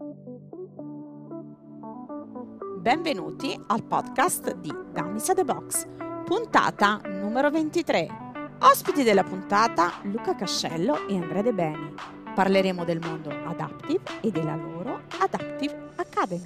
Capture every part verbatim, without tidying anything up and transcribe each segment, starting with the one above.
Benvenuti al podcast di Dummies at the Box, puntata numero ventitré. Ospiti della puntata Luca Cascello e Andrea De Beni. Parleremo del mondo Adaptive e della loro Adaptive Academy.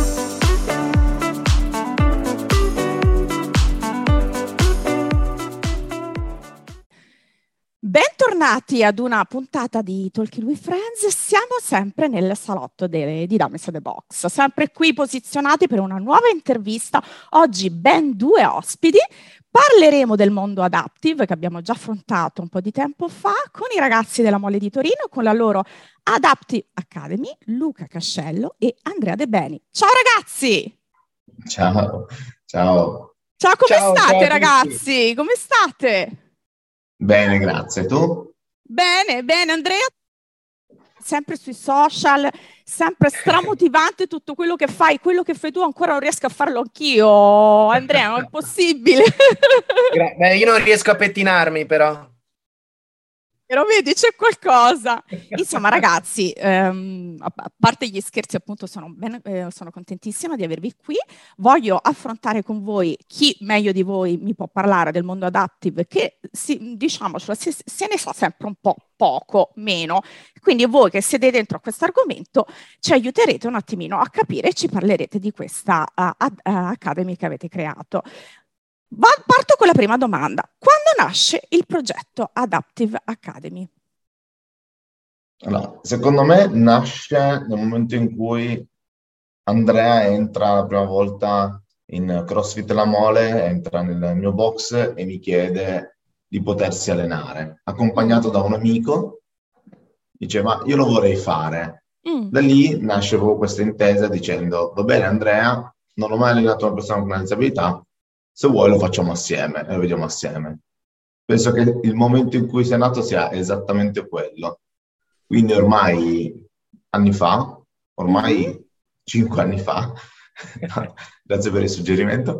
Bentornati ad una puntata di Talking with Friends. Siamo sempre nel salotto de- di Dummies at the Box, sempre qui posizionati per una nuova intervista. Oggi ben due ospiti. Parleremo del mondo Adaptive che abbiamo già affrontato un po' di tempo fa con i ragazzi della Mole di Torino, con la loro Adaptive Academy, Luca Cascello e Andrea De Beni. Ciao ragazzi! Ciao, ciao. Ciao, come Ciao, state ciao ragazzi? Come state? Bene, grazie. Tu? Bene, bene, Andrea, sempre sui social, sempre stramotivante tutto quello che fai, quello che fai tu ancora non riesco a farlo anch'io, Andrea, non è possibile. Gra- Beh, io non riesco a pettinarmi, però. Però vedi, c'è qualcosa. Insomma, ragazzi, ehm, a a parte gli scherzi, appunto, sono, ben, eh, sono contentissima di avervi qui. Voglio affrontare con voi chi meglio di voi mi può parlare del mondo Adaptive, che si, diciamocelo, se, se ne sa sempre un po' poco, meno. Quindi voi che siete dentro a questo argomento ci aiuterete un attimino a capire e ci parlerete di questa uh, ad, uh, Academy che avete creato. Va- Parto con la prima domanda. Quando nasce il progetto Adaptive Academy? Allora, secondo me nasce nel momento in cui Andrea entra la prima volta in CrossFit La Mole, entra nel mio box e mi chiede di potersi allenare, accompagnato da un amico, dice ma io lo vorrei fare. Mm. Da lì nasce proprio questa intesa dicendo va bene Andrea, non ho mai allenato una persona con una disabilità, se vuoi lo facciamo assieme e lo vediamo assieme. Penso che il momento in cui sei nato sia esattamente quello. Quindi ormai anni fa, ormai Mhm. cinque anni fa, grazie per il suggerimento,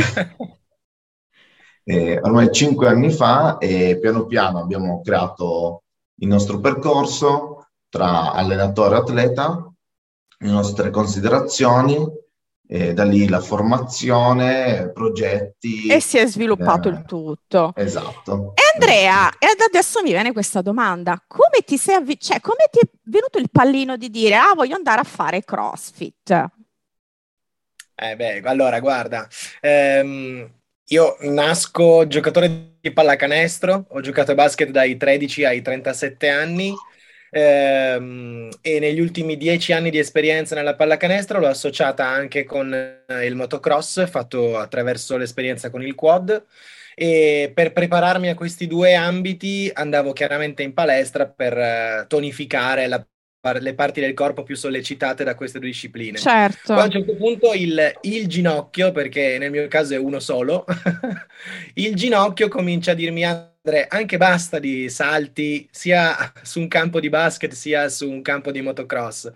Eh, ormai cinque anni fa e piano piano abbiamo creato il nostro percorso tra allenatore e atleta, le nostre considerazioni, e da lì la formazione, progetti. E si è sviluppato eh, il tutto. Esatto. E Andrea, e ad adesso mi viene questa domanda: come ti sei avvi- cioè, come ti è venuto il pallino di dire ah, voglio andare a fare CrossFit? Eh beh, allora, guarda, ehm, io nasco giocatore di pallacanestro, ho giocato a basket dai tredici ai trentasette anni, ehm, e negli ultimi dieci anni di esperienza nella pallacanestro l'ho associata anche con eh, il motocross, fatto attraverso l'esperienza con il quad. E per prepararmi a questi due ambiti andavo chiaramente in palestra per eh, tonificare la par- le parti del corpo più sollecitate da queste due discipline. Poi a un Certo. certo punto il, il ginocchio, perché nel mio caso è uno solo, il ginocchio comincia a dirmi Andre, anche basta di salti sia su un campo di basket sia su un campo di motocross.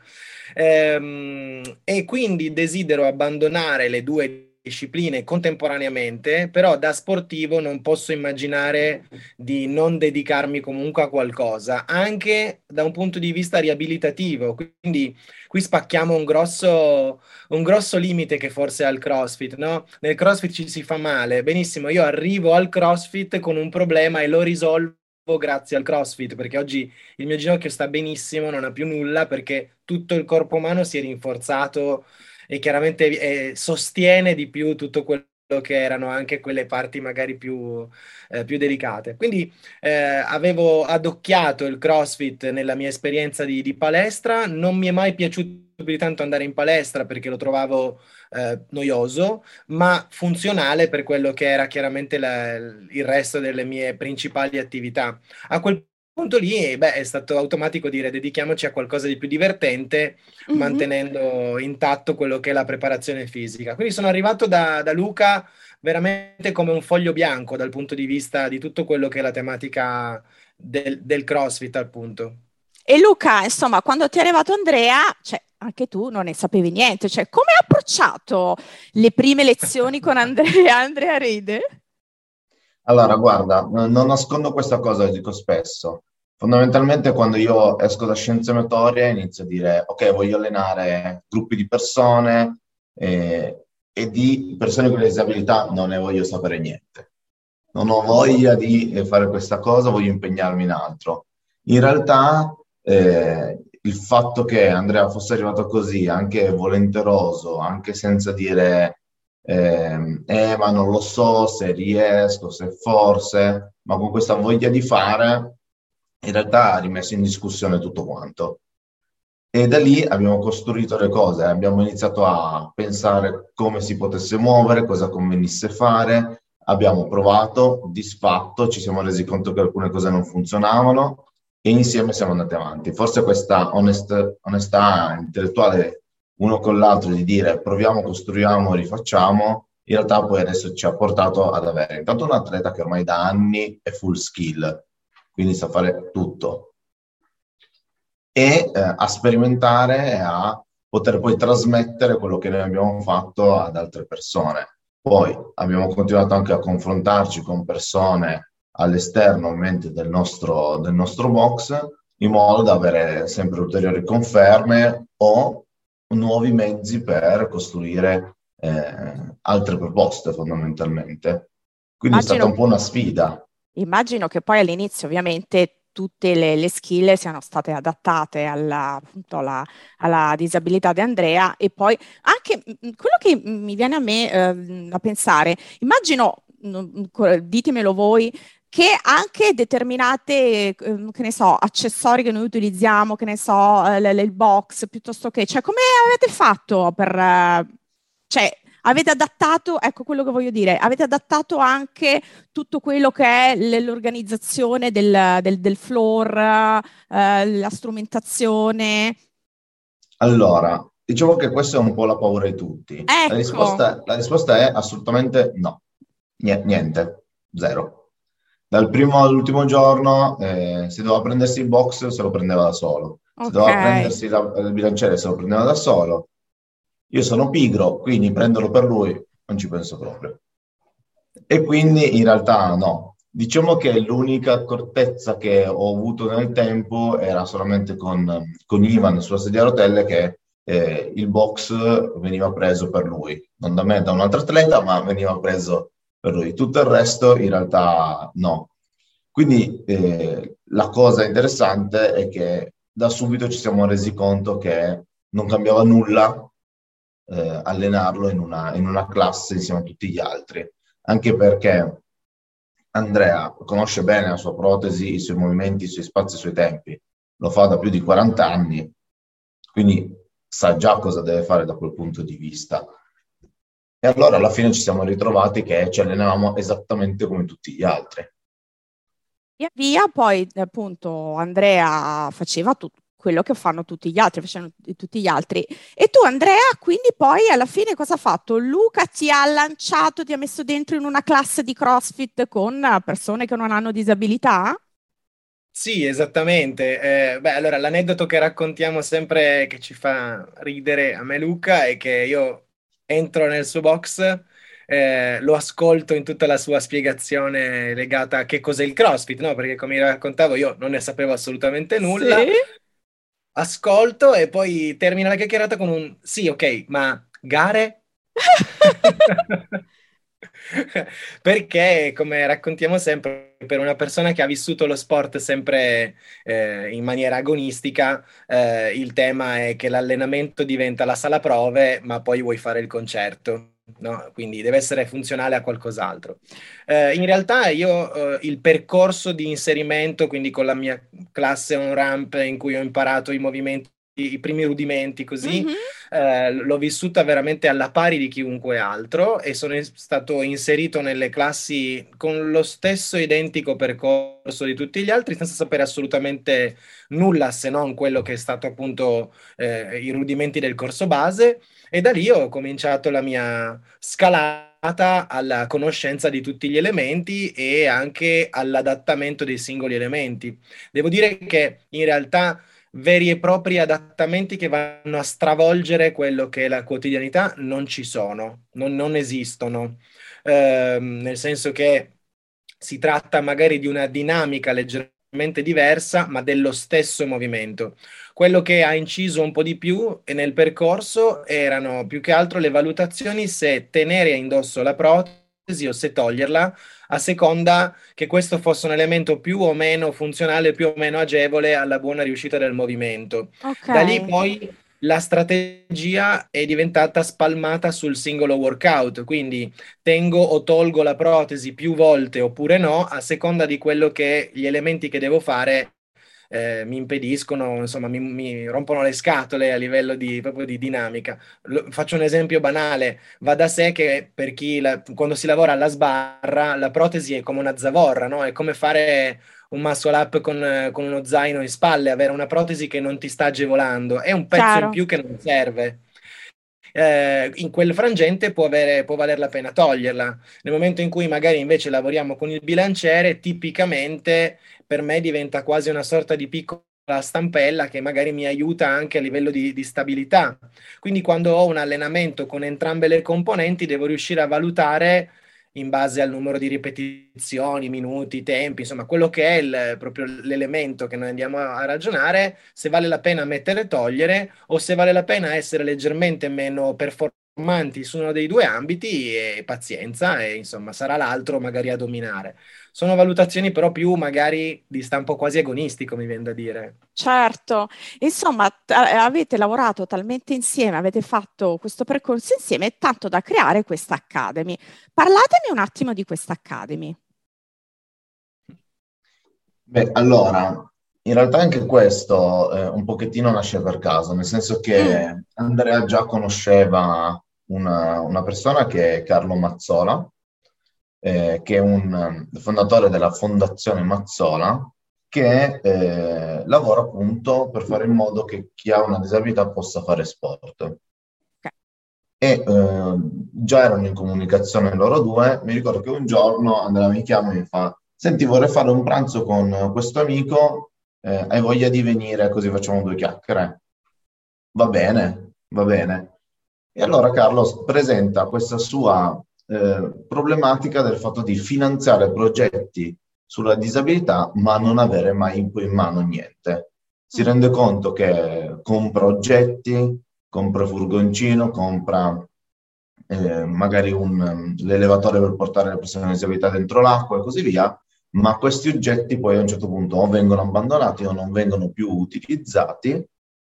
Ehm, e quindi desidero abbandonare le due discipline contemporaneamente, però da sportivo non posso immaginare di non dedicarmi comunque a qualcosa, anche da un punto di vista riabilitativo. Quindi qui spacchiamo un grosso, un grosso limite che forse ha il CrossFit, no? Nel CrossFit ci si fa male. Benissimo, io arrivo al CrossFit con un problema e lo risolvo grazie al CrossFit, perché oggi il mio ginocchio sta benissimo, non ha più nulla, perché tutto il corpo umano si è rinforzato e chiaramente eh, sostiene di più tutto quello che erano anche quelle parti magari più, eh, più delicate. Quindi eh, avevo adocchiato il CrossFit nella mia esperienza di, di palestra, non mi è mai piaciuto più di tanto andare in palestra perché lo trovavo eh, noioso, ma funzionale per quello che era chiaramente la- il resto delle mie principali attività. A quel punto lì, beh, è stato automatico dire dedichiamoci a qualcosa di più divertente, Mhm. mantenendo intatto quello che è la preparazione fisica. Quindi sono arrivato da, da Luca veramente come un foglio bianco dal punto di vista di tutto quello che è la tematica del, del CrossFit, appunto. E Luca, insomma, quando ti è arrivato Andrea, cioè, anche tu non ne sapevi niente, cioè, come hai approcciato le prime lezioni con Andrea? Andrea ride? Allora, guarda, n- non nascondo questa cosa, lo dico spesso. Fondamentalmente quando io esco da scienze motorie inizio a dire ok, voglio allenare gruppi di persone eh, e di persone con disabilità non ne voglio sapere niente. Non ho voglia di eh, fare questa cosa, voglio impegnarmi in altro. In realtà eh, il fatto che Andrea fosse arrivato così, anche volenteroso, anche senza dire ehm, eh, ma non lo so se riesco, se forse, ma con questa voglia di fare, in realtà ha rimesso in discussione tutto quanto. E da lì abbiamo costruito le cose, abbiamo iniziato a pensare come si potesse muovere, cosa convenisse fare, abbiamo provato, disfatto, ci siamo resi conto che alcune cose non funzionavano e insieme siamo andati avanti. Forse questa onest- onestà intellettuale uno con l'altro di dire proviamo, costruiamo, rifacciamo, in realtà poi adesso ci ha portato ad avere intanto un atleta che ormai da anni è full skill, quindi sa fare tutto e eh, a sperimentare e a poter poi trasmettere quello che noi abbiamo fatto ad altre persone. Poi abbiamo continuato anche a confrontarci con persone all'esterno, ovviamente, del nostro, del nostro box, in modo da avere sempre ulteriori conferme o nuovi mezzi per costruire eh, altre proposte, fondamentalmente. Quindi è stata Immagino, un po' una sfida. immagino che poi all'inizio ovviamente tutte le, le skill siano state adattate alla, appunto, alla, alla disabilità di Andrea e poi anche mh, quello che mi viene a me eh, a pensare, immagino, mh, co- ditemelo voi, che anche determinate, eh, che ne so, accessori che noi utilizziamo, che ne so, eh, l- l- il box, piuttosto che, cioè, come avete fatto per, eh, cioè, avete adattato, ecco quello che voglio dire, avete adattato anche tutto quello che è l- l'organizzazione del, del- del floor, eh, la strumentazione. Allora, diciamo che questa è un po' la paura di tutti. La Ecco, risposta, la risposta è assolutamente no. Nie- Niente, zero. Dal primo all'ultimo giorno, eh, se doveva prendersi il box, se lo prendeva da solo. Se ok. doveva prendersi la- il bilanciere, se lo prendeva da solo. Io sono pigro, quindi prenderlo per lui non ci penso proprio. E quindi in realtà no. Diciamo che l'unica accortezza che ho avuto nel tempo era solamente con, con Ivan sulla sedia a rotelle che eh, il box veniva preso per lui, non da me, da un altro atleta, ma veniva preso per lui. Tutto il resto in realtà no. Quindi eh, la cosa interessante è che da subito ci siamo resi conto che non cambiava nulla eh, allenarlo in una, in una classe insieme a tutti gli altri, anche perché Andrea conosce bene la sua protesi, i suoi movimenti, i suoi spazi, i suoi tempi, lo fa da più di quaranta anni, quindi sa già cosa deve fare da quel punto di vista. E allora alla fine ci siamo ritrovati che ci allenavamo esattamente come tutti gli altri. Via via, poi appunto Andrea faceva tutto quello che fanno tutti gli altri, facevano tutti gli altri. E tu, Andrea, quindi poi alla fine cosa ha fatto? Luca ti ha lanciato, ti ha messo dentro in una classe di CrossFit con persone che non hanno disabilità? Sì, esattamente. Eh, beh, allora l'aneddoto che raccontiamo sempre che ci fa ridere a me Luca è che io entro nel suo box, eh, lo ascolto in tutta la sua spiegazione legata a che cos'è il CrossFit, no? Perché come raccontavo io non ne sapevo assolutamente nulla. Sì. Ascolto e poi termina la chiacchierata con un sì, ok, ma gare? Perché, come raccontiamo sempre, per una persona che ha vissuto lo sport sempre eh, in maniera agonistica, eh, il tema è che l'allenamento diventa la sala prove, ma poi vuoi fare il concerto, no? Quindi deve essere funzionale a qualcos'altro. Eh, in realtà io eh, il percorso di inserimento, quindi con la mia classe on ramp in cui ho imparato i movimenti, i primi rudimenti, così, Mhm. eh, l'ho vissuta veramente alla pari di chiunque altro e sono in- stato inserito nelle classi con lo stesso identico percorso di tutti gli altri, senza sapere assolutamente nulla se non quello che è stato appunto eh, i rudimenti del corso base. E da lì ho cominciato la mia scalata alla conoscenza di tutti gli elementi e anche all'adattamento dei singoli elementi. Devo dire che in realtà veri e propri adattamenti che vanno a stravolgere quello che è la quotidianità non ci sono, non, non esistono. Ehm, nel senso che si tratta magari di una dinamica leggermente leggermente diversa, ma dello stesso movimento. Quello che ha inciso un po' di più nel percorso erano più che altro le valutazioni se tenere indosso la protesi o se toglierla, a seconda che questo fosse un elemento più o meno funzionale, più o meno agevole alla buona riuscita del movimento. Ok, Da lì poi la strategia è diventata spalmata sul singolo workout, quindi tengo o tolgo la protesi più volte oppure no, a seconda di quello che gli elementi che devo fare eh, mi impediscono, insomma, mi, mi rompono le scatole a livello di, proprio di dinamica. Lo- faccio un esempio banale: va da sé che per chi la- quando si lavora alla sbarra, la protesi è come una zavorra, no? È come fare un muscle up con, eh, con uno zaino in spalle, avere una protesi che non ti sta agevolando, è un pezzo in chiaro. più che non serve. Eh, in quel frangente può avere, può valer la pena toglierla. Nel momento in cui magari invece lavoriamo con il bilanciere, tipicamente per me diventa quasi una sorta di piccola stampella che magari mi aiuta anche a livello di, di stabilità. Quindi quando ho un allenamento con entrambe le componenti, devo riuscire a valutare in base al numero di ripetizioni, minuti, tempi, insomma, quello che è il- proprio l'elemento che noi andiamo a, a ragionare, se vale la pena mettere e togliere o se vale la pena essere leggermente meno performanti su uno dei due ambiti e pazienza e insomma sarà l'altro magari a dominare. Sono valutazioni però più magari di stampo quasi agonistico, mi viene da dire. Certo, insomma, t- eh, avete lavorato talmente insieme, avete fatto questo percorso insieme, tanto da creare questa Academy. Parlatemi un attimo di questa Academy. Beh, allora, in realtà anche questo eh, un pochettino nasce per caso, nel senso Mm, che Andrea già conosceva una, una persona che è Carlo Mazzola, eh, che è un eh, fondatore della Fondazione Mazzola, che eh, lavora appunto per fare in modo che chi ha una disabilità possa fare sport. ok. E eh, già erano in comunicazione loro due. Mi ricordo che un giorno Andrea mi chiama e mi fa: Senti, vorrei fare un pranzo con questo amico, eh, hai voglia di venire così facciamo due chiacchiere? Va bene, va bene. E allora Carlo presenta questa sua eh, problematica del fatto di finanziare progetti sulla disabilità ma non avere mai in, in mano niente. Si Mm, rende conto che compra oggetti, compra furgoncino, compra eh, magari un, l'elevatore per portare le persone con disabilità dentro l'acqua e così via, ma questi oggetti poi a un certo punto o vengono abbandonati o non vengono più utilizzati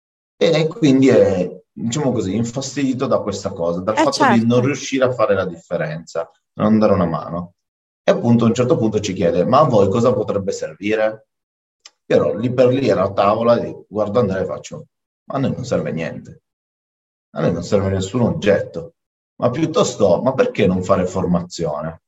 e quindi è, diciamo così, infastidito da questa cosa, dal eh fatto di non certo, riuscire a fare la differenza, non dare una mano. E appunto a un certo punto ci chiede: ma a voi cosa potrebbe servire? Però lì per lì era a tavola e dico, guardo Andrea e faccio: ma a noi non serve niente, a noi non serve nessun oggetto, ma piuttosto, ma perché non fare formazione?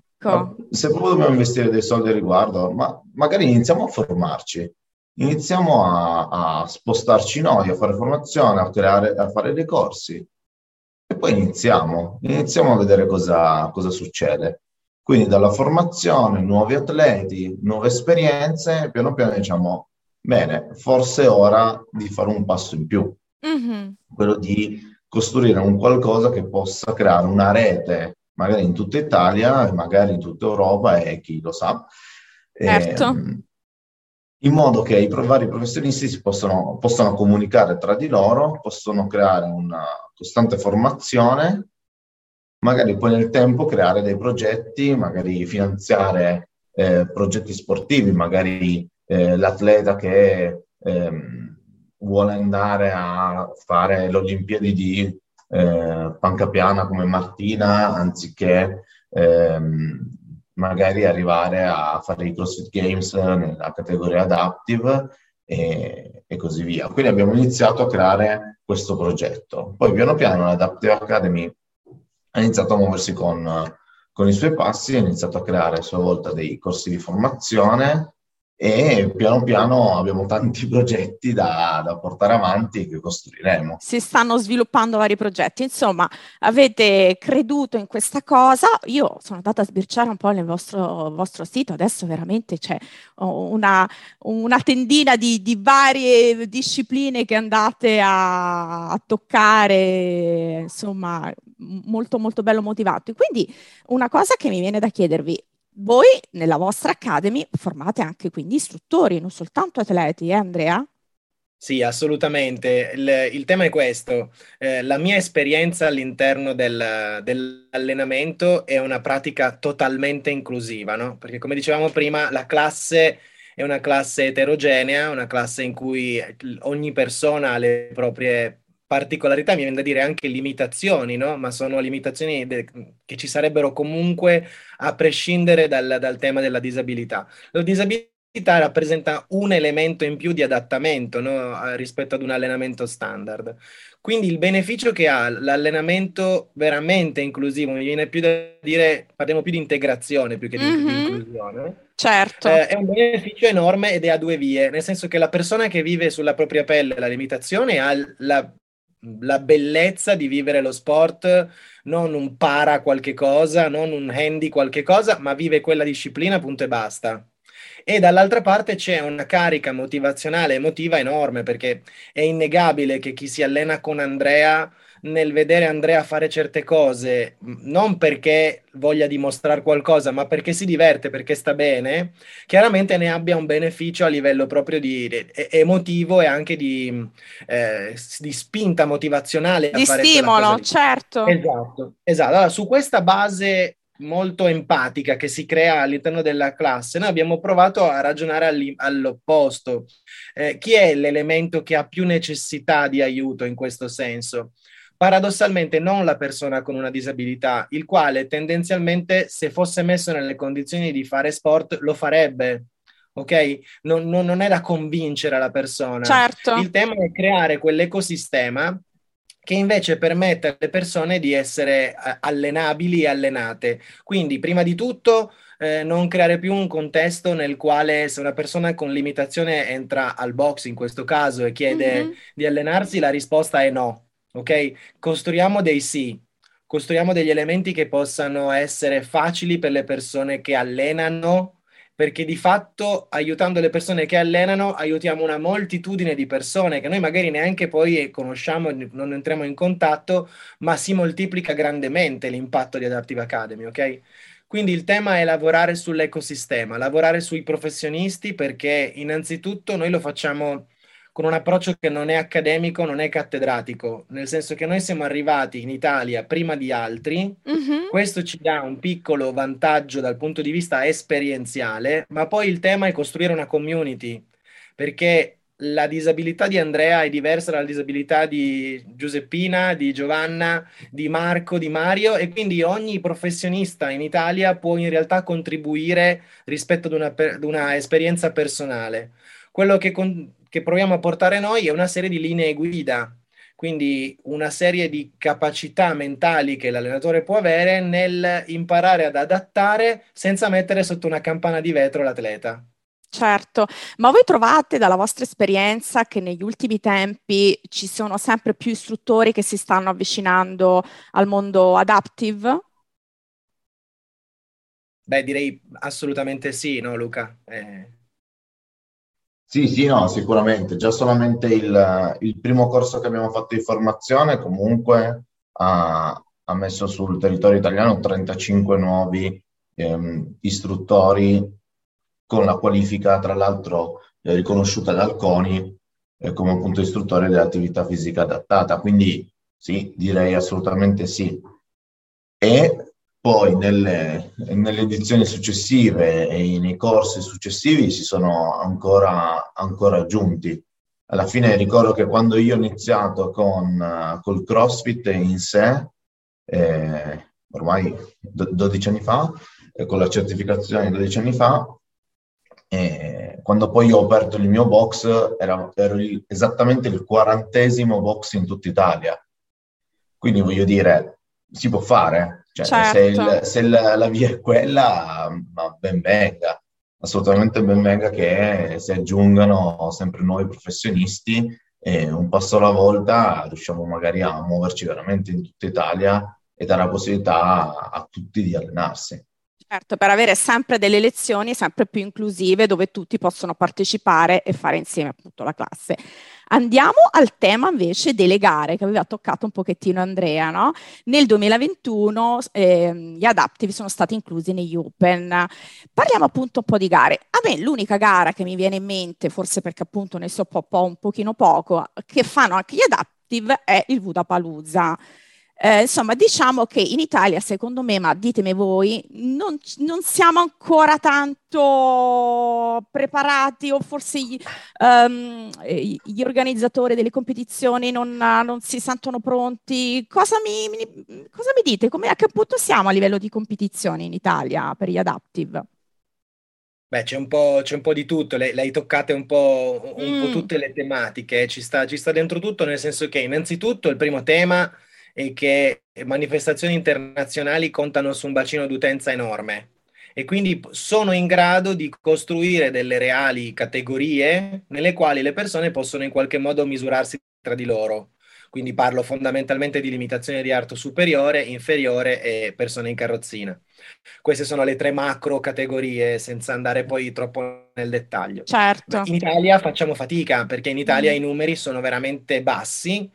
Ma ecco, se proprio dobbiamo investire dei soldi a riguardo, ma magari iniziamo a formarci, iniziamo a, a spostarci noi, a fare formazione, a creare, a fare dei corsi e poi iniziamo, iniziamo a vedere cosa, cosa succede. Quindi dalla formazione, nuovi atleti, nuove esperienze, piano piano diciamo, bene, forse è ora di fare un passo in più, mhm, quello di costruire un qualcosa che possa creare una rete, magari in tutta Italia, magari in tutta Europa e chi lo sa, certo. ehm, in modo che i pro- vari professionisti si possano, possano comunicare tra di loro, possono creare una costante formazione, magari poi nel tempo creare dei progetti, magari finanziare eh, progetti sportivi, magari eh, l'atleta che ehm, vuole andare a fare le Olimpiadi di eh, panca piana come Martina, anziché ehm, magari arrivare a fare i CrossFit Games nella categoria Adaptive e, e così via. Quindi abbiamo iniziato a creare questo progetto. Poi piano piano l'Adaptive Academy ha iniziato a muoversi con, con i suoi passi, ha iniziato a creare a sua volta dei corsi di formazione e piano piano abbiamo tanti progetti da, da portare avanti che costruiremo. Si stanno sviluppando vari progetti. Insomma, avete creduto in questa cosa. Io sono andata a sbirciare un po' nel vostro, vostro sito, adesso veramente c'è oh, una, una tendina di, di varie discipline che andate a, a toccare, insomma, m- molto molto bello motivante. Quindi una cosa che mi viene da chiedervi, voi nella vostra Academy formate anche quindi istruttori, non soltanto atleti, eh Andrea? Sì, assolutamente. Il, il tema è questo. Eh, la mia esperienza all'interno del- dell'allenamento è una pratica totalmente inclusiva, no? Perché come dicevamo prima, la classe è una classe eterogenea, una classe in cui ogni persona ha le proprie particolarità, mi viene da dire anche limitazioni, no? Ma sono limitazioni de- che ci sarebbero comunque a prescindere dal, dal tema della disabilità. La disabilità rappresenta un elemento in più di adattamento, no, eh, rispetto ad un allenamento standard. Quindi il beneficio che ha l'allenamento veramente inclusivo, mi viene più da dire, parliamo più di integrazione più che di, di Mhm, inclusione, certo. eh, è un beneficio enorme ed è a due vie, nel senso che la persona che vive sulla propria pelle la limitazione ha la, la bellezza di vivere lo sport, non un para qualche cosa, non un handy qualche cosa, ma vive quella disciplina, punto e basta. E dall'altra parte c'è una carica motivazionale emotiva enorme, perché è innegabile che chi si allena con Andrea, nel vedere Andrea fare certe cose, mh, non perché voglia dimostrare qualcosa, ma perché si diverte, perché sta bene, chiaramente ne abbia un beneficio a livello proprio di, de- e- emotivo e anche di, mh, eh, s- di spinta motivazionale a Di fare quella cosa stimolo, lì. certo. Esatto, esatto. Allora, su questa base molto empatica che si crea all'interno della classe, noi abbiamo provato a ragionare alli- all'opposto. Eh, chi è l'elemento che ha più necessità di aiuto in questo senso? Paradossalmente non la persona con una disabilità, il quale tendenzialmente, se fosse messo nelle condizioni di fare sport, lo farebbe. Ok? Non, non non è da convincere la persona. Certo. Il tema è creare quell'ecosistema che invece permette alle persone di essere eh, allenabili e allenate. Quindi, prima di tutto, eh, non creare più un contesto nel quale se una persona con limitazione entra al box, in questo caso, e chiede Mhm. di allenarsi, la risposta è no. Ok? Costruiamo dei sì. Costruiamo degli elementi che possano essere facili per le persone che allenano, perché di fatto aiutando le persone che allenano aiutiamo una moltitudine di persone che noi magari neanche poi conosciamo, non entriamo in contatto, ma si moltiplica grandemente l'impatto di Adaptive Academy, ok? Quindi il tema è lavorare sull'ecosistema, lavorare sui professionisti, perché innanzitutto noi lo facciamo con un approccio che non è accademico, non è cattedratico, nel senso che noi siamo arrivati in Italia prima di altri. Mhm. Questo ci dà un piccolo vantaggio dal punto di vista esperienziale, ma poi il tema è costruire una community, perché la disabilità di Andrea è diversa dalla disabilità di Giuseppina, di Giovanna, di Marco, di Mario, e quindi ogni professionista in Italia può in realtà contribuire rispetto ad una, per- ad una esperienza personale. Quello che, con- che proviamo a portare noi è una serie di linee guida, quindi una serie di capacità mentali che l'allenatore può avere nel imparare ad adattare senza mettere sotto una campana di vetro l'atleta. Certo, ma voi trovate dalla vostra esperienza che negli ultimi tempi ci sono sempre più istruttori che si stanno avvicinando al mondo adaptive? Beh, direi assolutamente sì, no, Luca? Eh, Sì, sì, no, sicuramente. Già solamente il, il primo corso che abbiamo fatto di formazione comunque ha, ha messo sul territorio italiano trentacinque nuovi ehm, istruttori con la qualifica, tra l'altro, eh, riconosciuta dal CONI eh, come appunto istruttore dell'attività fisica adattata. Quindi sì, direi assolutamente sì. E poi nelle, nelle edizioni successive e nei corsi successivi si sono ancora, ancora aggiunti. Alla fine ricordo che quando io ho iniziato con, eh, col CrossFit in sé, eh, ormai do- dodici anni fa, eh, con la certificazione dodici anni fa, eh, quando poi ho aperto il mio box, era, ero il- esattamente il quarantesimo box in tutta Italia. Quindi voglio dire, si può fare, cioè se, Certo. il- se la, la via è quella, ma ben venga, assolutamente ben venga che si aggiungano sempre nuovi professionisti e un passo alla volta riusciamo magari a muoverci veramente in tutta Italia e dare la possibilità a, a tutti di allenarsi. Certo, per avere sempre delle lezioni sempre più inclusive dove tutti possono partecipare e fare insieme appunto la classe. Andiamo al tema invece delle gare che aveva toccato un pochettino Andrea, no? Nel duemilaventuno ehm, gli Adaptive sono stati inclusi negli Open. Parliamo appunto un po' di gare. A me l'unica gara che mi viene in mente, forse perché appunto ne so po', po', un pochino poco, che fanno anche gli Adaptive è il Wodapalooza. Eh, insomma, diciamo che in Italia, secondo me, ma ditemi voi, non, non siamo ancora tanto preparati o forse gli, ehm, eh, gli organizzatori delle competizioni non, non si sentono pronti. Cosa mi, mi- cosa mi dite? Come, a che punto siamo a livello di competizioni in Italia per gli Adaptive? Beh, c'è un po', c'è un po' di tutto, le, le hai toccate un po', un po' Mm, tutte le tematiche, ci sta, ci sta dentro tutto, nel senso che innanzitutto il primo tema è che manifestazioni internazionali contano su un bacino d'utenza enorme e quindi p- sono in grado di costruire delle reali categorie nelle quali le persone possono in qualche modo misurarsi tra di loro. Quindi parlo fondamentalmente di limitazione di arto superiore, inferiore e persone in carrozzina. Queste sono le tre macro categorie, senza andare poi troppo nel dettaglio. Ma certo. in Italia facciamo fatica perché in Italia Mm. i numeri sono veramente bassi,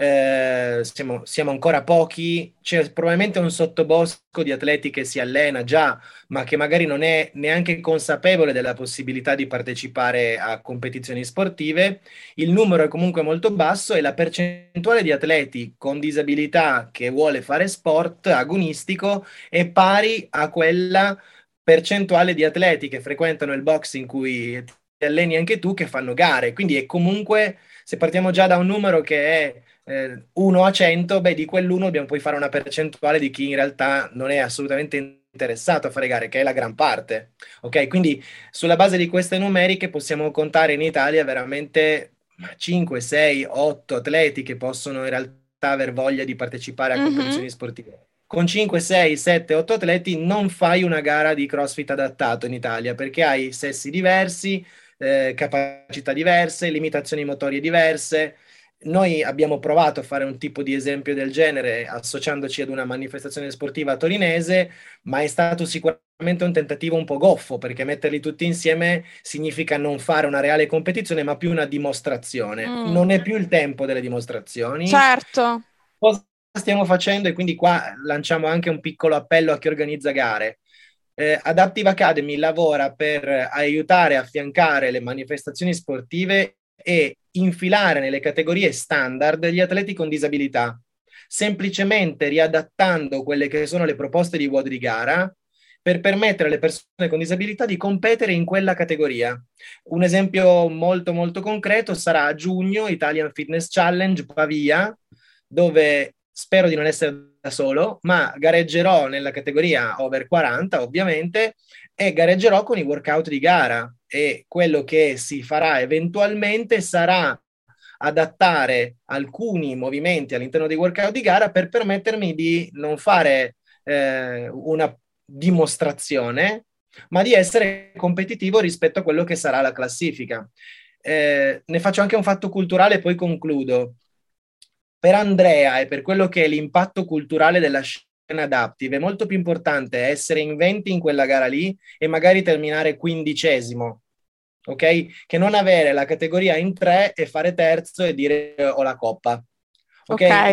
eh, siamo, siamo ancora pochi, c'è probabilmente un sottobosco di atleti che si allena già, ma che magari non è neanche consapevole della possibilità di partecipare a competizioni sportive. Il numero è comunque molto basso e la percentuale di atleti con disabilità che vuole fare sport agonistico è pari a quella percentuale di atleti che frequentano il box in cui ti alleni anche tu, che fanno gare. Quindi è comunque, se partiamo già da un numero che è eh, uno a cento, beh, di quell'uno dobbiamo poi fare una percentuale di chi in realtà non è assolutamente interessato a fare gare, che è la gran parte. Ok? Quindi sulla base di queste numeriche possiamo contare in Italia veramente cinque, sei, otto atleti che possono in realtà aver voglia di partecipare a Mhm. competizioni sportive. Con cinque, sei, sette, otto atleti non fai una gara di CrossFit adattato in Italia perché hai sessi diversi, eh, capacità diverse, limitazioni motorie diverse. Noi abbiamo provato a fare un tipo di esempio del genere associandoci ad una manifestazione sportiva torinese, ma è stato sicuramente un tentativo un po' goffo perché metterli tutti insieme significa non fare una reale competizione, ma più una dimostrazione. Mm. Non è più il tempo delle dimostrazioni. Certo. Cosa stiamo facendo? E quindi qua lanciamo anche un piccolo appello a chi organizza gare. Eh, Adaptive Academy lavora per aiutare a affiancare le manifestazioni sportive e infilare nelle categorie standard gli atleti con disabilità, semplicemente riadattando quelle che sono le proposte di W O D di gara per permettere alle persone con disabilità di competere in quella categoria. Un esempio molto molto concreto sarà a giugno Italian Fitness Challenge Pavia, dove spero di non essere da solo, ma gareggerò nella categoria over quaranta, ovviamente, e gareggerò con i workout di gara. E quello che si farà eventualmente sarà adattare alcuni movimenti all'interno dei workout di gara per permettermi di non fare eh, una dimostrazione, ma di essere competitivo rispetto a quello che sarà la classifica. Eh, ne faccio anche un fatto culturale e poi concludo. Per Andrea e per quello che è l'impatto culturale della scena adaptive, è molto più importante essere in venti in quella gara lì e magari terminare quindicesimo, ok? Che non avere la categoria in tre e fare terzo e dire eh, ho la coppa, Ok. ok?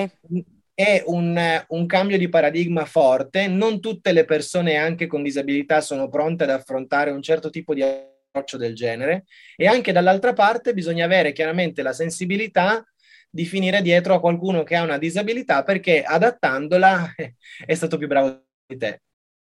È un, un cambio di paradigma forte. Non tutte le persone anche con disabilità sono pronte ad affrontare un certo tipo di approccio del genere e anche dall'altra parte bisogna avere chiaramente la sensibilità di finire dietro a qualcuno che ha una disabilità perché adattandola è stato più bravo di te.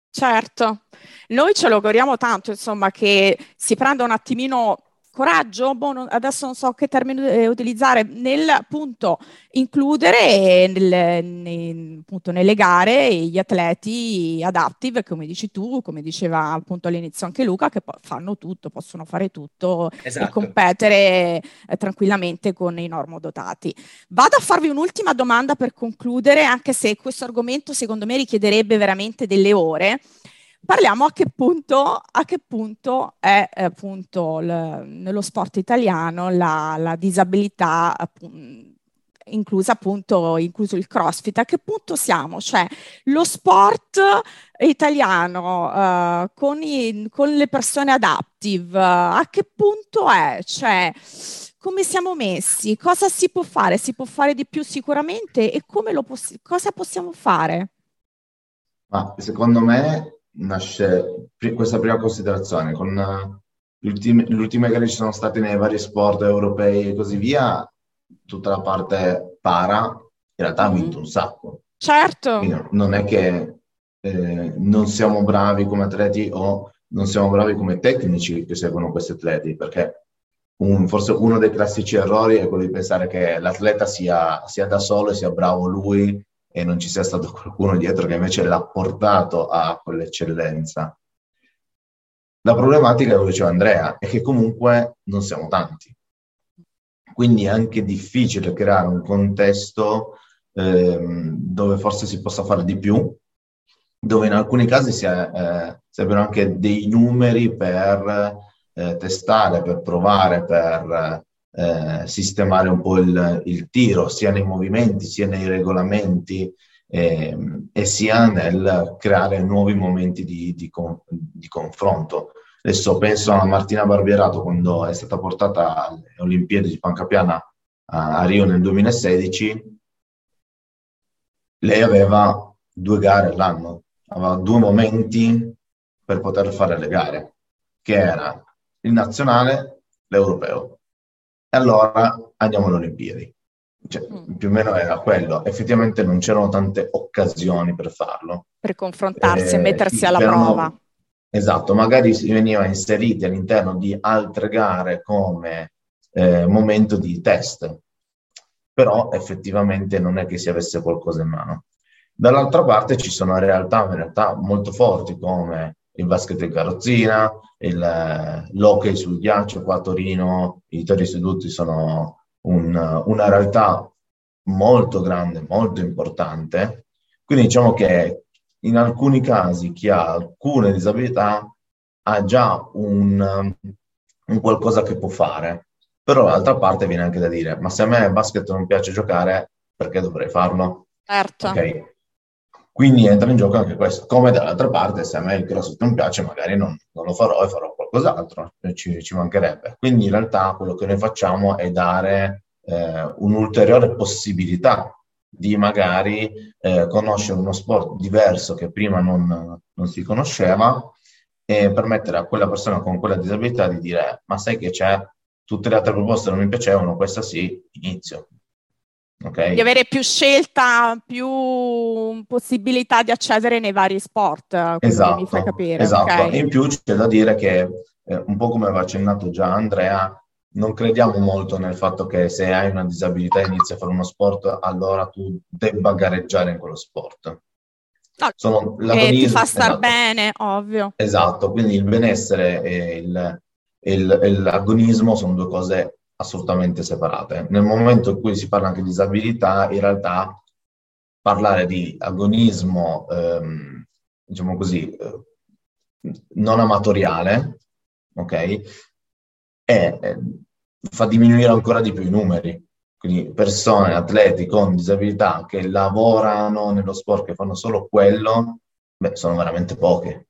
Certo, noi ce lo auguriamo tanto, insomma, che si prenda un attimino coraggio, boh, non- adesso non so che termine eh, utilizzare, nel appunto includere nel- nei- appunto, nelle gare gli atleti adaptive, come dici tu, come diceva appunto all'inizio anche Luca, che po- fanno tutto, possono fare tutto e Esatto. competere eh, tranquillamente con i normodotati. Vado a farvi un'ultima domanda per concludere, anche se questo argomento secondo me richiederebbe veramente delle ore. Parliamo a che punto, a che punto è eh, appunto l- nello sport italiano la, la disabilità appun- inclusa appunto, incluso il CrossFit. A che punto siamo? Cioè, lo sport italiano eh, con, i- con le persone adaptive, eh, a che punto è? Cioè, come siamo messi? Cosa si può fare? Si può fare di più sicuramente e come lo poss- cosa possiamo fare? Ma secondo me nasce pri- questa prima considerazione con eh, gli ultimi- le ultime gare che ci sono state nei vari sport europei e così via, tutta la parte para in realtà ha Mhm. vinto un sacco. Certo. Quindi non è che eh, non siamo bravi come atleti o non siamo bravi come tecnici che seguono questi atleti, perché un- forse uno dei classici errori è quello di pensare che l'atleta sia, sia da solo e sia bravo lui e non ci sia stato qualcuno dietro che invece l'ha portato a quell'eccellenza. La problematica, come diceva Andrea, è che comunque non siamo tanti. Quindi è anche difficile creare un contesto ehm, dove forse si possa fare di più, dove in alcuni casi si, eh, servono anche dei numeri per eh, testare, per provare, per eh, sistemare un po' il, il tiro, sia nei movimenti, sia nei regolamenti, ehm, e sia nel creare nuovi momenti di, di con- di confronto. Adesso penso a Martina Barbierato quando è stata portata alle Olimpiadi di Pancapiana a, a Rio nel duemilasedici, lei aveva due gare all'anno, aveva due momenti per poter fare le gare, che era il nazionale, l'europeo. E allora andiamo alle Olimpiadi. Cioè, Mm. più o meno era quello. Effettivamente non c'erano tante occasioni per farlo. Per confrontarsi e Eh, mettersi sì, alla prova. c'erano, esatto, magari si veniva inseriti all'interno di altre gare come eh, momento di test, però effettivamente non è che si avesse qualcosa in mano. Dall'altra parte ci sono realtà, in realtà molto forti come il basket in carrozzina, il, eh, l'hockey sul ghiaccio. Qua a Torino i tori seduti sono un- una realtà molto grande, molto importante. Quindi diciamo che in alcuni casi chi ha alcune disabilità ha già un, un qualcosa che può fare. Però dall'altra parte viene anche da dire, ma se a me il basket non piace giocare, perché dovrei farlo? Certo. Ok? Quindi entra in gioco anche questo. Come dall'altra parte, se a me il CrossFit non piace, magari non, non lo farò e farò qualcos'altro, ci, ci mancherebbe. Quindi in realtà quello che noi facciamo è dare eh, un'ulteriore possibilità di magari eh, conoscere uno sport diverso che prima non, non si conosceva e permettere a quella persona con quella disabilità di dire ma sai che c'è, tutte le altre proposte non mi piacevano, questa sì, inizio. Di Ok? avere più scelta, più possibilità di accedere nei vari sport, eh, quello che mi fai Esatto, capire, esatto. E ok? in più c'è da dire che, eh, un po' come aveva accennato già Andrea, non crediamo molto nel fatto che se hai una disabilità e inizi a fare uno sport, allora tu debba gareggiare in quello sport. No, Sono che ti fa l'agonismo, star esatto, bene, ovvio. esatto. Quindi il benessere e il- e il- e l'agonismo sono due cose assolutamente separate. Nel momento in cui si parla anche di disabilità, in realtà parlare di agonismo, ehm, diciamo così, eh, non amatoriale, ok? E eh, fa diminuire ancora di più i numeri. Quindi persone, atleti con disabilità che lavorano nello sport, che fanno solo quello, beh, sono veramente poche.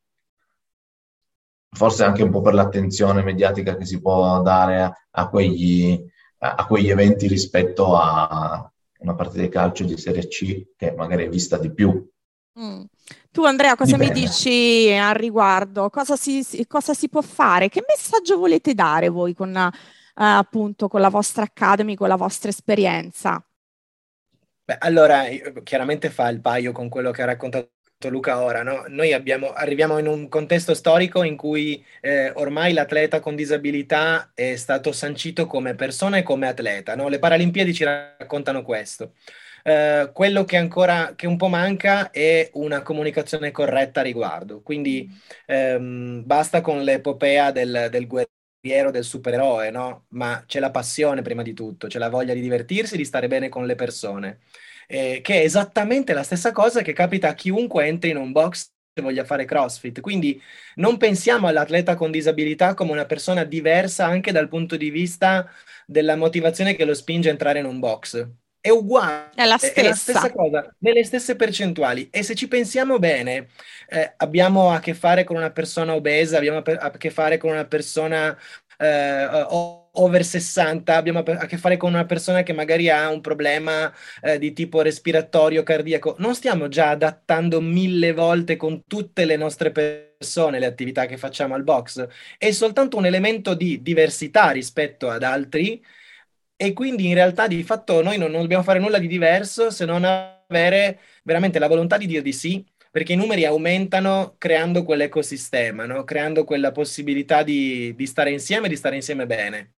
Forse anche un po' per l'attenzione mediatica che si può dare a, a quegli, a, a quegli eventi rispetto a una partita di calcio di Serie C che magari è vista di più. Mm. Tu, Andrea, cosa mi Dipende. dici al riguardo? Cosa si, si- cosa si può fare? Che messaggio volete dare voi con, eh, appunto, con la vostra Academy, con la vostra esperienza? Beh, allora, io- chiaramente fa il paio con quello che ha raccontato Luca ora, no? Noi abbiamo- arriviamo in un contesto storico in cui eh, ormai l'atleta con disabilità è stato sancito come persona e come atleta, no? Le Paralimpiadi ci raccontano questo. Eh, quello che ancora, che un po' manca è una comunicazione corretta a riguardo. Quindi ehm, basta con l'epopea del, del guerriero, del supereroe, no? Ma c'è la passione prima di tutto, c'è la voglia di divertirsi, di stare bene con le persone, eh, che è esattamente la stessa cosa che capita a chiunque entri in un box e voglia fare CrossFit. Quindi non pensiamo all'atleta con disabilità come una persona diversa anche dal punto di vista della motivazione che lo spinge a entrare in un box. è uguale, È la è la stessa stessa. cosa, nelle stesse percentuali. E se ci pensiamo bene, eh, abbiamo a che fare con una persona obesa, abbiamo a, pe- a che fare con una persona eh, o- over sessanta, abbiamo a pe- a che fare con una persona che magari ha un problema eh, di tipo respiratorio, cardiaco. Non stiamo già adattando mille volte con tutte le nostre persone le attività che facciamo al box? È soltanto un elemento di diversità rispetto ad altri, e quindi in realtà di fatto noi non, non dobbiamo fare nulla di diverso se non avere veramente la volontà di dire di sì, perché i numeri aumentano creando quell'ecosistema, no? Creando quella possibilità di, di stare insieme, di stare insieme bene.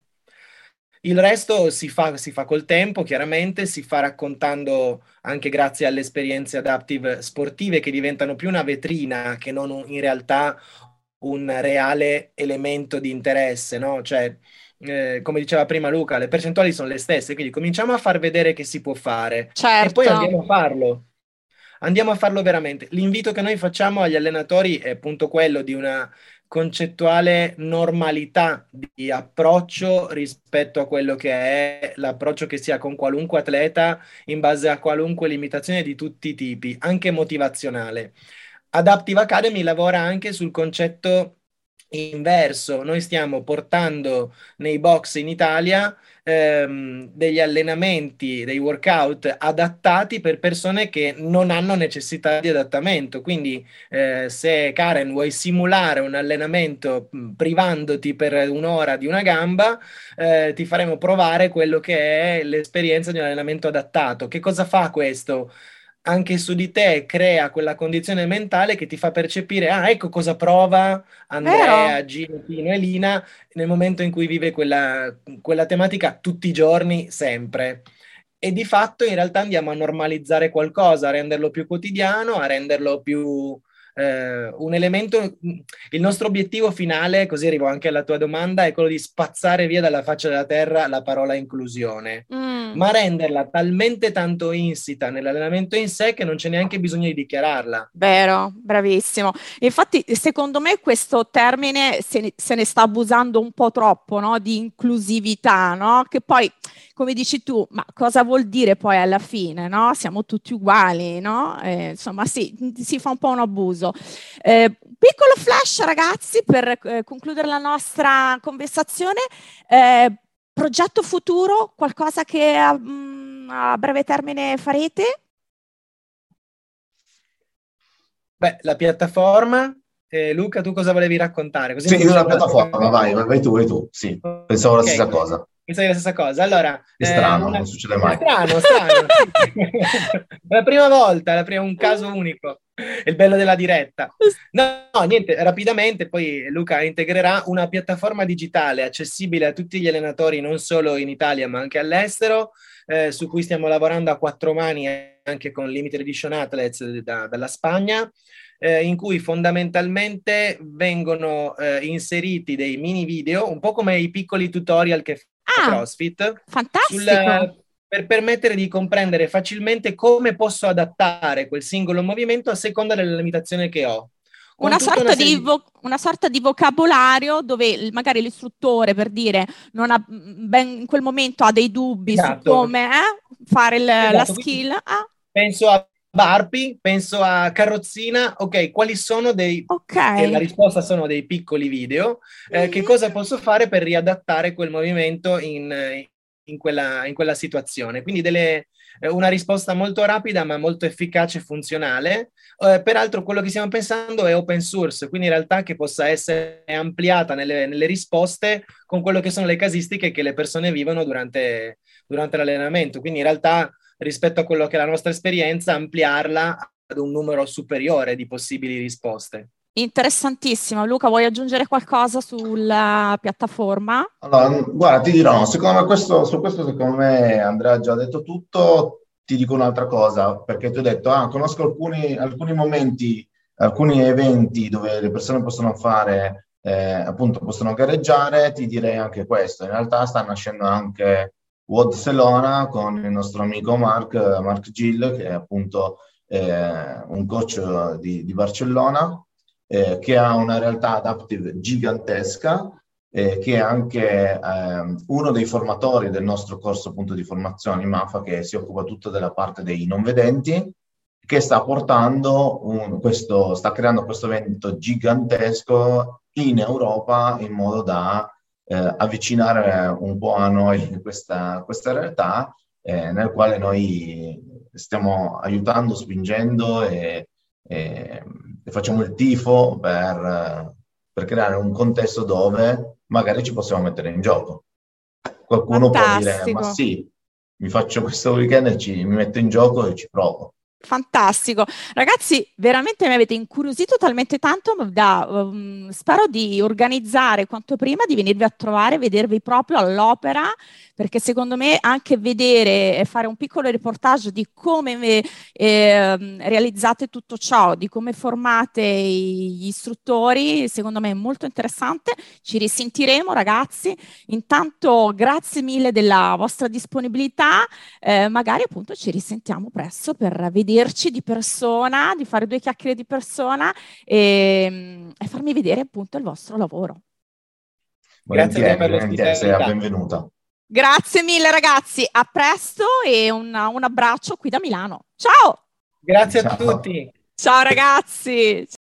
Il resto si fa, si fa col tempo, chiaramente, si fa raccontando anche grazie alle esperienze adaptive sportive che diventano più una vetrina che non un- in realtà un reale elemento di interesse, no? Cioè, eh, come diceva prima Luca, le percentuali sono le stesse, quindi cominciamo a far vedere che si può fare e poi Certo. andiamo a farlo. Andiamo a farlo veramente. L'invito che noi facciamo agli allenatori è appunto quello di una concettuale normalità di approccio rispetto a quello che è l'approccio che si ha con qualunque atleta in base a qualunque limitazione di tutti i tipi, anche motivazionale. Adaptive Academy lavora anche sul concetto inverso. Noi stiamo portando nei box in Italia ehm, degli allenamenti, dei workout adattati per persone che non hanno necessità di adattamento. Quindi, eh, se Karen vuoi simulare un allenamento mh, privandoti per un'ora di una gamba, eh, ti faremo provare quello che è l'esperienza di un allenamento adattato. Che cosa fa questo? Anche su di te crea quella condizione mentale che ti fa percepire, ah, ecco cosa prova Vero? Andrea, Gino, Pino e Lina nel momento in cui vive quella, quella tematica tutti i giorni, sempre. E di fatto in realtà andiamo a normalizzare qualcosa, a renderlo più quotidiano, a renderlo più eh, un elemento. Il nostro obiettivo finale, così arrivo anche alla tua domanda, è quello di spazzare via dalla faccia della terra la parola inclusione, Mm. ma renderla talmente tanto insita nell'allenamento in sé che non c'è neanche bisogno di dichiararla. Vero, bravissimo. Infatti, secondo me questo termine se ne, se ne sta abusando un po' troppo, no? Di inclusività, no? Che poi, come dici tu, ma cosa vuol dire poi alla fine, no? Siamo tutti uguali, no? Eh, insomma, sì, si fa un po' un abuso. Eh, piccolo flash, ragazzi, per eh, concludere la nostra conversazione. Eh, progetto futuro, qualcosa che a, mm, a breve termine farete? Beh, la piattaforma, eh, Luca, tu cosa volevi raccontare? Così Sì, mi in una facciamo una... piattaforma, vai, vai vai tu, vai tu. Sì, pensavo la stessa Ok, cosa. pensavi la stessa cosa. Allora, È eh, strano, una... non succede è mai. strano, strano. È la prima volta, la prima- un caso unico. È il bello della diretta. No, no, niente, rapidamente, poi Luca integrerà una piattaforma digitale accessibile a tutti gli allenatori, non solo in Italia, ma anche all'estero, eh, su cui stiamo lavorando a quattro mani anche con Limited Edition Athletes da- dalla Spagna, eh, in cui fondamentalmente vengono eh, inseriti dei mini video, un po' come i piccoli tutorial che fa Ah, CrossFit, sul, fantastico. per permettere di comprendere facilmente come posso adattare quel singolo movimento a seconda delle limitazioni che ho. Con Una tutta una sorta serie di, di... vo- una sorta di vocabolario dove il- magari l'istruttore, per dire, non ha, mm, ben, in quel momento ha dei dubbi su Esatto, come eh, fare il- la esatto. Quindi skill. Ah, penso a Barpi, penso a Carrozzina, ok, quali sono dei... ok. E la risposta sono dei piccoli video. Eh, che Mhm. cosa posso fare per riadattare quel movimento in, in quella, in quella situazione? Quindi delle, eh, una risposta molto rapida ma molto efficace e funzionale. Eh, peraltro quello che stiamo pensando è open source, quindi in realtà che possa essere ampliata nelle, nelle risposte con quello che sono le casistiche che le persone vivono durante, durante l'allenamento. Quindi in realtà rispetto a quello che è la nostra esperienza, ampliarla ad un numero superiore di possibili risposte. Interessantissimo. Luca, vuoi aggiungere qualcosa sulla piattaforma? Allora, guarda, ti dirò, secondo me questo, su questo secondo me Andrea ha già detto tutto, ti dico un'altra cosa, perché ti ho detto, ah, conosco alcuni, alcuni momenti, alcuni eventi dove le persone possono fare, eh, appunto, possono gareggiare, ti direi anche questo. In realtà sta nascendo anche WOD Barcellona con il nostro amico Mark, Mark Gill, che è appunto eh, un coach di, di Barcellona, eh, che ha una realtà adaptive gigantesca eh, che è anche eh, uno dei formatori del nostro corso appunto di formazione in MAFA, che si occupa tutta della parte dei non vedenti, che sta portando un, questo, sta creando questo evento gigantesco in Europa in modo da eh, avvicinare un po' a noi questa, questa realtà, eh, nel quale noi stiamo aiutando, spingendo e, e, e facciamo il tifo per, per creare un contesto dove magari ci possiamo mettere in gioco. Qualcuno può dire, ma Fantastico. sì, mi faccio questo weekend e ci, mi metto in gioco e ci provo. Fantastico, ragazzi, veramente mi avete incuriosito talmente tanto da um, spero di organizzare quanto prima, di venirvi a trovare, vedervi proprio all'opera, perché secondo me anche vedere e fare un piccolo reportage di come eh, realizzate tutto ciò, di come formate gli istruttori, secondo me è molto interessante. Ci risentiremo, ragazzi. Intanto grazie mille della vostra disponibilità. Eh, magari appunto ci risentiamo presto per vederci di persona, di fare due chiacchiere di persona e, e farmi vedere appunto il vostro lavoro. Grazie a te Volentieri, per volentieri, sei la l'ospitalità. benvenuta. Grazie mille ragazzi, a presto e un, un abbraccio qui da Milano. Ciao! Grazie a Ciao. tutti. Ciao ragazzi!